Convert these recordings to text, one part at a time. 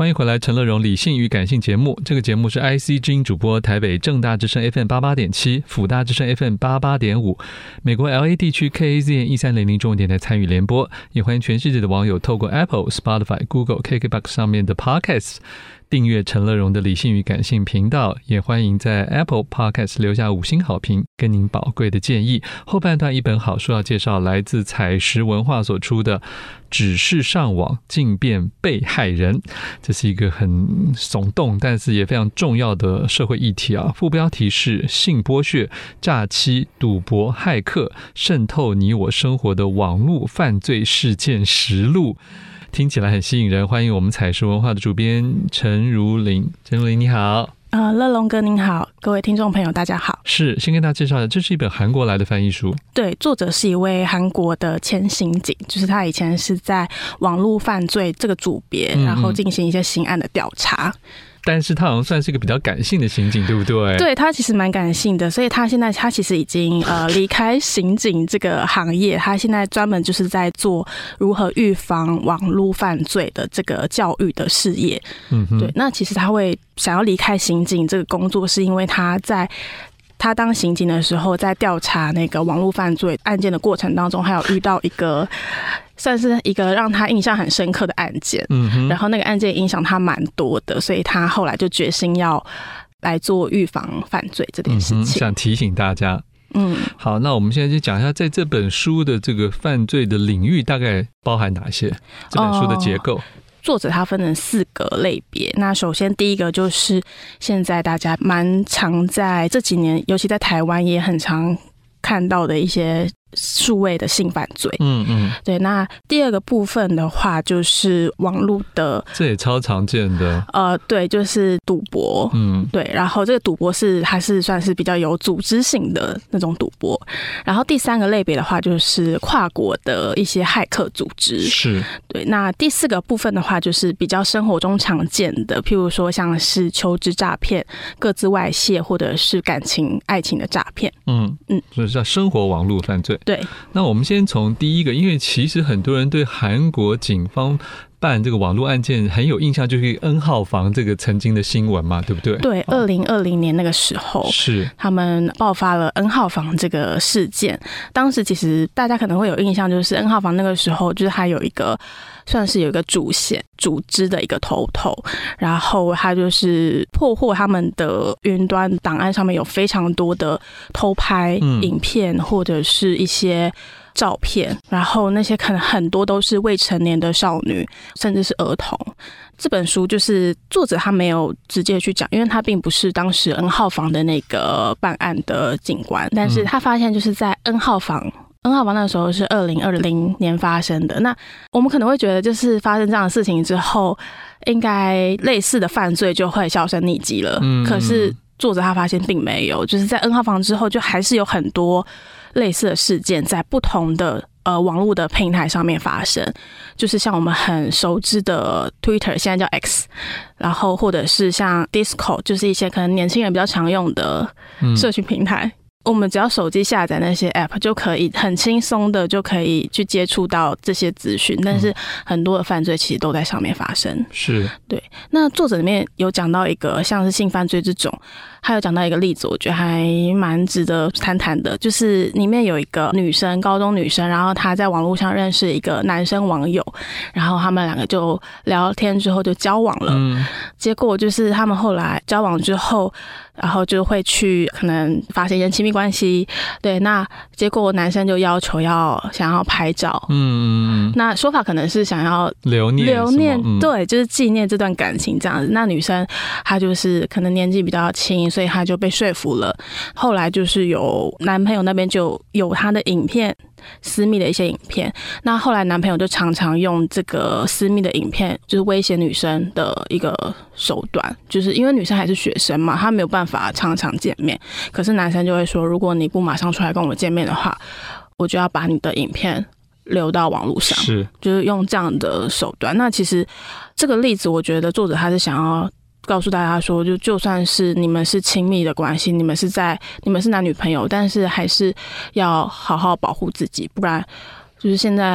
欢迎回来陈乐融理性与感性节目。这个节目是 IC 之音主播，台北正大之声 FM88.7， 辅大之声 FM88.5， 美国 LA 地区 KAZN 1300中文电台参与联播。也欢迎全世界的网友透过 Apple、Spotify、Google、KKBOX 上面的 Podcast订阅陈乐融的理性与感性频道，也欢迎在 Apple Podcast 留下5星好评，跟您宝贵的建议。后半段一本好书要介绍，来自采石文化所出的《只是上网竟变被害人》，这是一个很耸动但是也非常重要的社会议题啊。副标题是性剥削、诈欺、赌博、骇客渗透你我生活的网络犯罪事件实录，听起来很吸引人。欢迎我们采石文化的主编陈如琳。陈如琳你好。 乐龙哥您好，各位听众朋友大家好。 是，先跟大家介绍一下，这是一本韩国来的翻译书。 对，作者是一位韩国的前刑警，就是他以前是在网络犯罪这个组别，然后进行一些刑案的调查。 但是他好像算是一个比较感性的刑警，对不对？ 对，他其实蛮感性的，所以他其实已经离开刑警这个行业，他现在专门就是在做如何预防网络犯罪的这个教育的事业。对，那其实他会想要离开刑警这个工作，是因为他当刑警的时候，在调查那个网络犯罪案件的过程当中，还有遇到一个算是一个让他印象很深刻的案件，然后那个案件影响他蛮多的，所以他后来就决心要来做预防犯罪这件事情， 想提醒大家。好，那我们现在就讲一下，在这本书的这个犯罪的领域大概包含哪些？这本书的结构。 作者他分成4个类别，那首先第一个就是现在大家蛮常在这几年，尤其在台湾也很常看到的一些数位的性犯罪。对。那第二个部分的话，就是网络的， 这也超常见的。 对，就是赌博。对。然后这个赌博还是算是比较有组织性的那种赌博。然后第3个类别的话，就是跨国的一些骇客组织。 是。 对。那第4个部分的话，就是比较生活中常见的，譬如说像是求职诈骗、个资外泄，或者是爱情的诈骗。 所以叫生活网络犯罪。 对， 那我们先从第一个，因为其实很多人对韩国警方办这个网络案件很有印象，就是 N 号房这个曾经的新闻嘛，对不对？对 ，2020年那个时候，是他们爆发了 N 号房这个事件。当时其实大家可能会有印象，就是 N 号房那个时候，就是他算是有一个主织的一个头，然后他就是破获他们的云端档案上面有非常多的偷拍影片或者是一些照片，然后那些可能很多都是未成年的少女甚至是儿童。这本书就是作者他没有直接去讲，因为他并不是当时 N 号房的那个办案的警官，但是他发现就是在 N 号房那时候是2020年发生的。那我们可能会觉得，就是发生这样的事情之后，应该类似的犯罪就会销声匿迹了。可是作者他发现并没有，就是在 N 号房之后，就还是有很多类似的事件在不同的网络的平台上面发生，就是像我们很熟知的 Twitter 现在叫 X， 然后或者是像 Discord， 就是一些可能年轻人比较常用的社群平台。我们只要手机下载那些 app 就可以很轻松的就可以去接触到这些资讯，但是很多的犯罪其实都在上面发生。是。对。那作者里面有讲到一个像是性犯罪这种，还有讲到一个例子，我觉得还蛮值得谈谈的，就是里面有一个女生，高中女生，然后她在网络上认识一个男生网友，然后他们2个就聊天之后就交往了。结果就是他们后来交往之后，然后就会去可能发生一些亲密关系。对，那结果男生就要求想要拍照。那说法可能是想要留念，对，就是纪念这段感情这样子。那女生她就是可能年纪比较轻，所以她就被说服了。后来就是有男朋友那边就有她的影片，私密的一些影片。那后来男朋友就常常用这个私密的影片，就是威胁女生的一个手段，就是因为女生还是学生嘛，她没有办法常常见面。可是男生就会说，如果你不马上出来跟我见面的话，我就要把你的影片留到网络上，就是用这样的手段。那其实这个例子，我觉得作者他是想要告诉大家说，就算是你们是亲密的关系，你们是男女朋友，但是还是要好好保护自己，不然就是现在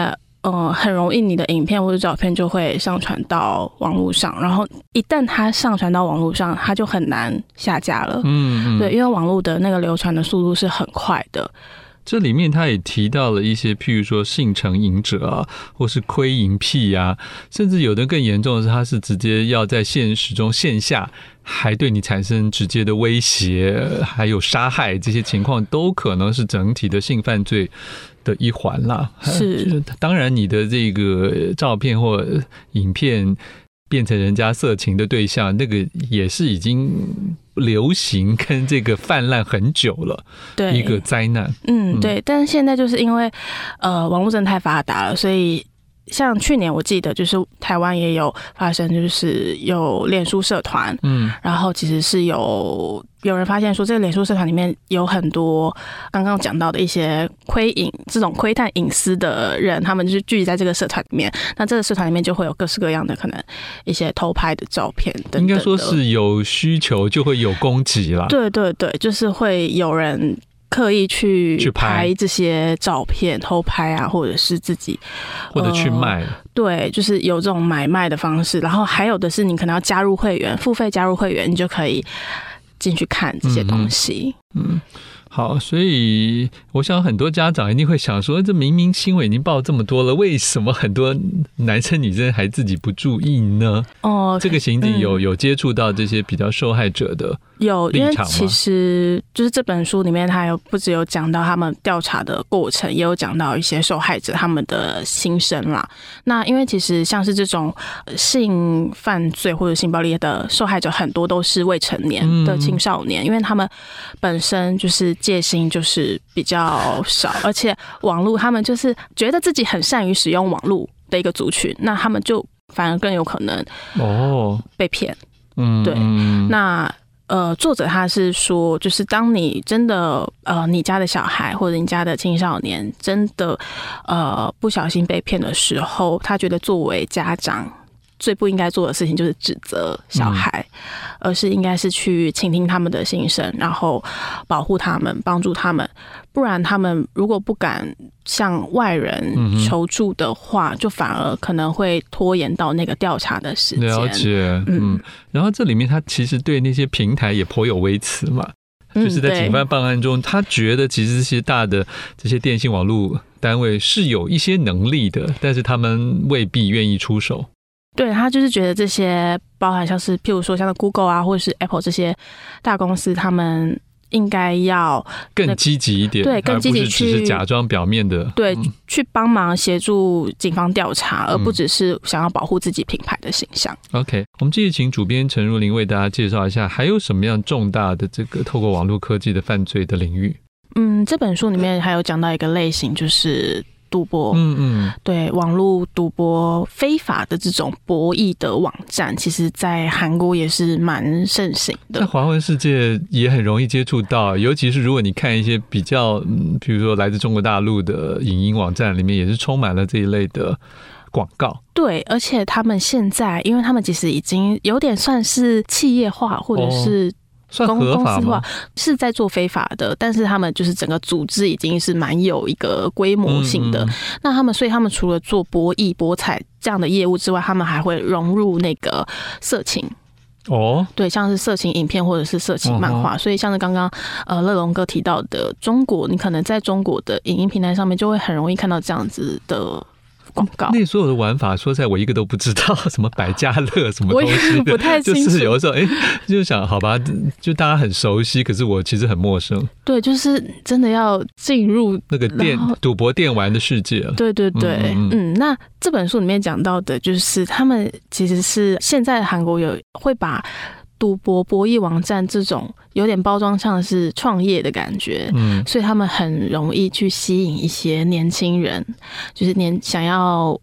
很容易你的影片或者照片就会上传到网络上，然后一旦它上传到网络上，它就很难下架了。对，因为网络的那个流传的速度是很快的。 这里面他也提到了一些，譬如说性成瘾者啊，或是窥淫癖啊，甚至有的更严重的是，他是直接要在现实中线下还对你产生直接的威胁，还有杀害，这些情况都可能是整体的性犯罪的一环啦。 是， 当然你的这个照片或影片变成人家色情的对象，那个也是已经流行跟这个泛滥很久了，对，一个灾难。 对。但是现在就是因为网络真的太发达了，所以像去年我记得就是台湾也有发生，就是有脸书社团，然后其实是有人发现说，这个脸书社团里面有很多刚刚讲到的一些这种窥探隐私的人，他们就是聚集在这个社团里面。那这个社团里面就会有各式各样的可能一些偷拍的照片等等的， 应该说是有需求就会有供给啦。 对对对，就是会有人刻意去拍这些照片，偷拍啊，或者是自己或者去卖。 对，就是有这种买卖的方式。然后还有的是你可能要加入会员，付费加入会员，你就可以进去看这些东西。 好，所以我想很多家长一定会想说，这明明新闻已经报这么多了，为什么很多男生女生还自己不注意呢？这个刑警有接触到这些比较受害者的有，因为其实就是这本书里面他不只有讲到他们调查的过程，也有讲到一些受害者他们的心声啦。那因为其实像是这种性犯罪或者性暴力的受害者，很多都是未成年的青少年，因为他们本身就是戒心就是比较少，而且网络他们就是觉得自己很善于使用网络的一个族群，那他们就反而更有可能被骗。对，那作者他是说，就是当你真的你家的小孩或者你家的青少年真的不小心被骗的时候，他觉得作为家长最不应该做的事情就是指责小孩，而是应该是去倾听他们的心声，然后保护他们，帮助他们。不然他们如果不敢向外人求助的话，就反而可能会拖延到那个调查的时间。 了解，然后这里面他其实对那些平台也颇有微词嘛，就是在警方办案中，他觉得其实这些大的这些电信网络单位是有一些能力的，但是他们未必愿意出手。 对，他就是觉得这些包含像是譬如说像 Google 啊，或者是 Apple 这些大公司，他们应该要更积极一点， 对，更积极去， 只是假装表面的， 对，去帮忙协助警方调查，而不只是想要保护自己品牌的形象。 OK， 我们继续请主编陈如玲为大家介绍一下，还有什么样重大的这个透过网络科技的犯罪的领域？ 这本书里面还有讲到一个类型，就是赌博，对，网络赌博非法的这种博弈的网站，其实在韩国也是蛮盛行的， 在华文世界也很容易接触到，尤其是如果你看一些比较比如说来自中国大陆的影音网站里面，也是充满了这一类的广告。 对，而且他们现在因为他们其实已经有点算是企业化，或者是算合法吗？ 是在做非法的，但是他们就是整个组织已经是蛮有一个规模性的。那所以他们除了做博弈、博彩这样的业务之外，他们还会融入那个色情。对，像是色情影片或者是色情漫画。所以像是刚刚乐龙哥提到的中国，你可能在中国的影音平台上面就会很容易看到这样子的广告。 那所有的玩法说实在我一个都不知道，什么百家乐什么东西的， 不太清楚。 就是有的时候就想好吧，就大家很熟悉，可是我其实很陌生。 对，就是真的要进入那个赌博电玩的世界了。 对对对，那这本书里面讲到的就是他们其实是现在韩国会把赌博博弈网站这种有点包装像是创业的感觉，所以他们很容易去吸引一些年轻人，就是想要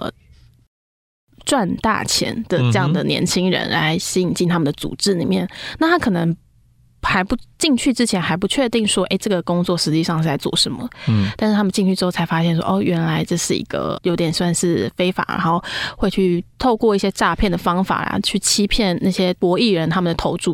赚大钱的这样的年轻人来吸引进他们的组织里面。那他可能还不进去之前还不确定说这个工作实际上是在做什么，但是他们进去之后才发现说原来这是一个有点算是非法，然后会去透过一些诈骗的方法去欺骗那些博弈人他们的投注的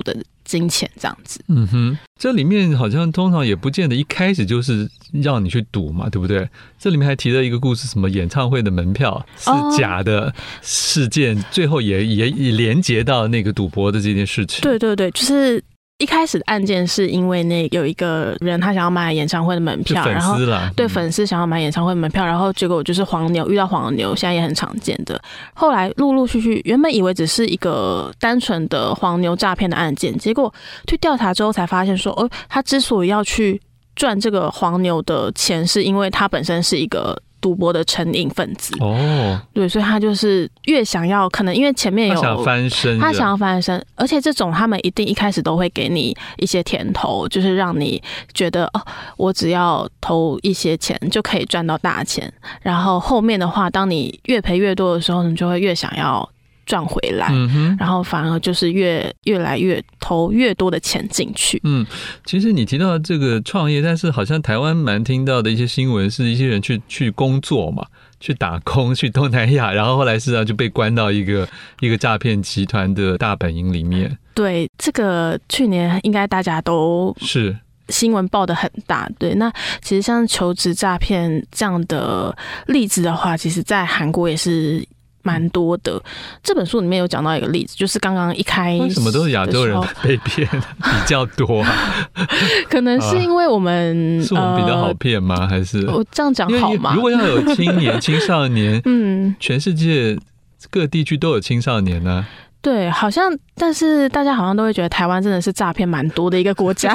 金钱这样子。 嗯哼，这里面好像通常也不见得一开始就是让你去赌嘛，对不对？这里面还提了一个故事，什么演唱会的门票是假的事件，最后也连结到那个赌博的这件事情。 对对对，就是一开始的案件是因为有一个人他想要买演唱会的门票， 粉丝啦， 然后对粉丝想要买演唱会的门票，然后结果就是黄牛，遇到黄牛，现在也很常见的。后来陆陆续续，原本以为只是一个单纯的黄牛诈骗的案件，结果去调查之后才发现说，他之所以要去赚这个黄牛的钱，是因为他本身是一个赌博的成瘾分子。对，所以他就是越想要，可能因为前面有他想要翻身， 而且这种他们一定一开始都会给你一些甜头，就是让你觉得我只要投一些钱就可以赚到大钱，然后后面的话，当你越赔越多的时候，你就会越想要赚回来，然后反而就是越来越投越多的钱进去。 其实你提到这个创业，但是好像台湾蛮听到的一些新闻，是一些人去工作嘛，去打工，去东南亚，然后后来事实上就被关到一个诈骗集团的大本营里面。 对，这个去年应该大家都是新闻报得很大。对，那其实像求职诈骗这样的例子的话，其实在韩国也是蛮多的。这本书里面有讲到一个例子，就是刚刚一开始， 为什么都是亚洲人被骗比较多可能是因为我们是我们比较好骗吗？还是我这样讲好吗？ 如果要有青少年，全世界各地区都有青少年呢。 对，好像，但是大家好像都会觉得台湾真的是诈骗蛮多的一个国家。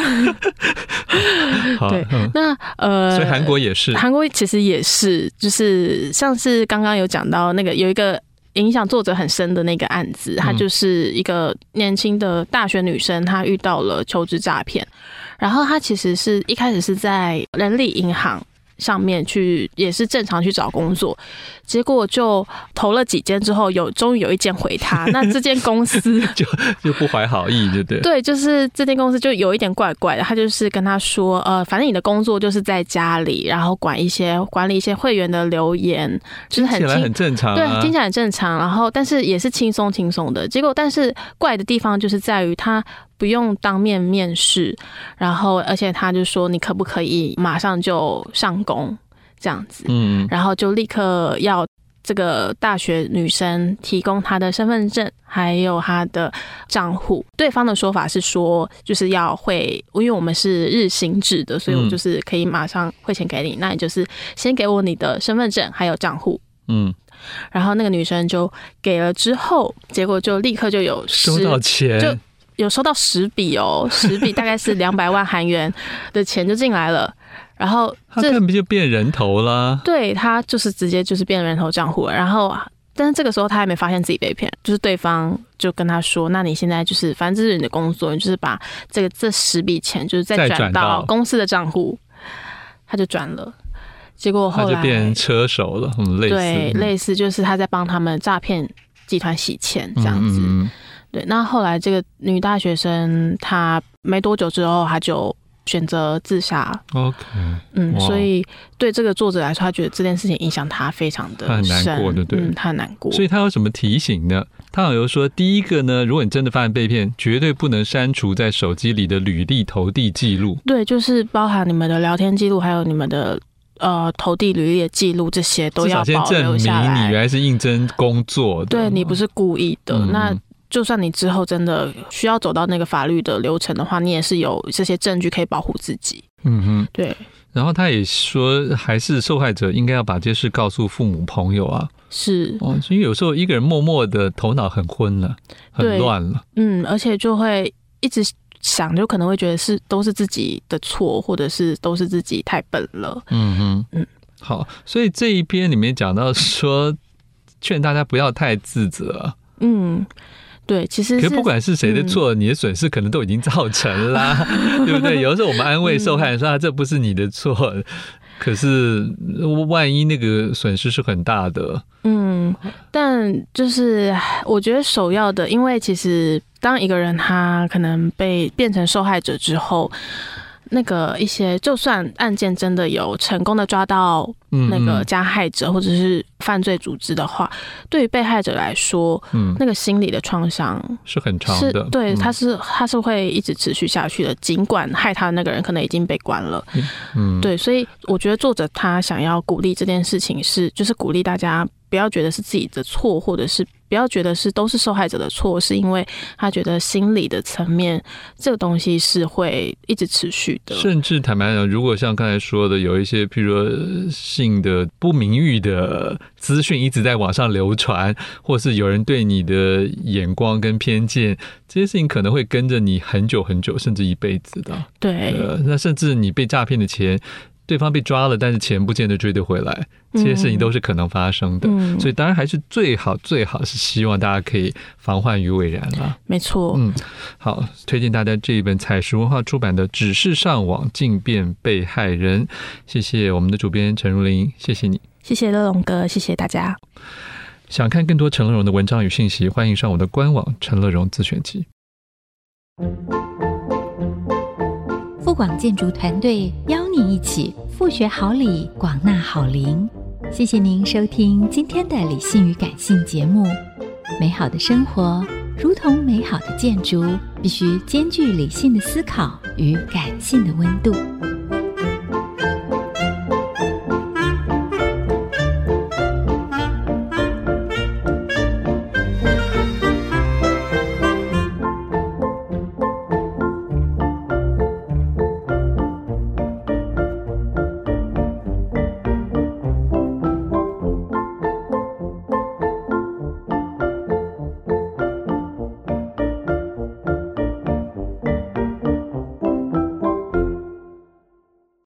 对，那所以韩国也是， 韩国其实也是，就是像是刚刚有讲到那个有一个影响作者很深的那个案子，她就是一个年轻的大学女生，她遇到了求职诈骗，然后她其实是一开始是在人力银行上面去，也是正常去找工作，结果就投了几间之后，终于有一间回他。那这间公司就不怀好意，对不对？ 对，就是这间公司就有一点怪怪的。他就是跟他说，反正你的工作就是在家里，然后管理一些会员的留言，就是听起来很正常， 对，听起来很正常。然后，但是也是轻松的。结果，但是怪的地方就是在于他不用当面面试，然后而且他就说你可不可以马上就上工这样子，然后就立刻要这个大学女生提供她的身份证还有她的账户。对方的说法是说就是要因为我们是日薪制的，所以我就是可以马上汇钱给你，那你就是先给我你的身份证还有账户。然后那个女生就给了之后，结果就立刻就有收到钱， 就有收到10笔10笔大概是200万韩元的钱就进来了。然后他根本就变人头啦，对， 他就是直接就是变人头账户了。然后但是这个时候他还没发现自己被骗，就是对方就跟他说，那你现在就是反正这是你的工作，你就是把这10笔钱就是再转到公司的账户。他就转了，结果后来他就变成车手了， 类似就是他在帮他们诈骗集团洗钱这样子。对，那后来这个女大学生她没多久之后，她就选择自杀。 OK， 所以对这个作者来说，他觉得这件事情影响他非常的深，他很难过，对不对？他很难过。 所以他有什么提醒呢？他好像说，第一个呢，如果你真的发现被骗，绝对不能删除在手机里的履历投递记录。对，就是包含你们的聊天记录，还有你们的投递履历的记录，这些都要保留下来。证明你原来是应征工作的，对，你不是故意的。那就算你之后真的需要走到那个法律的流程的话，你也是有这些证据可以保护自己。对。然后他也说，还是受害者应该要把这事告诉父母朋友啊。是因为有时候一个人默默的头脑很昏了，很乱了。而且就会一直想，就可能会觉得都是自己的错，或者是都是自己太笨了。好，所以这一篇里面讲到说，劝大家不要太自责。对，其实可是不管是谁的错，你的损失可能都已经造成啦，对不对？有的时候我们安慰受害人说这不是你的错，可是万一那个损失是很大的。但就是我觉得首要的，因为其实当一个人他可能被变成受害者之后， 那个一些，就算案件真的有成功的抓到那个加害者或者是犯罪组织的话，对于被害者来说，那个心理的创伤是很长的， 对，他是会一直持续下去的，尽管害他的那个人可能已经被关了，对，所以我觉得作者他想要鼓励这件事情就是鼓励大家不要觉得是自己的错，或者是不要觉得都是受害者的错，是因为他觉得心理的层面这个东西是会一直持续的。 甚至坦白讲，如果像刚才说的有一些譬如说性的不名誉的资讯一直在网上流传，或是有人对你的眼光跟偏见，这些事情可能会跟着你很久很久，甚至一辈子的。 对， 那甚至你被诈骗的钱对方被抓了，但是钱不见得追得回来，这些事情都是可能发生的，所以当然还是最好是希望大家可以防患于未然啦。 没错。 好，推荐大家这一本采实文化出版的《只是上网竞辩被害人》，谢谢我们的主编陈如玲，谢谢你。 谢谢乐龙哥，谢谢大家。 想看更多陈乐融的文章与信息，欢迎上我的官网陈乐融自选集。 富广建筑团队邀你一起复学好礼，广纳好邻。谢谢您收听今天的理性与感性节目。美好的生活如同美好的建筑，必须兼具理性的思考与感性的温度。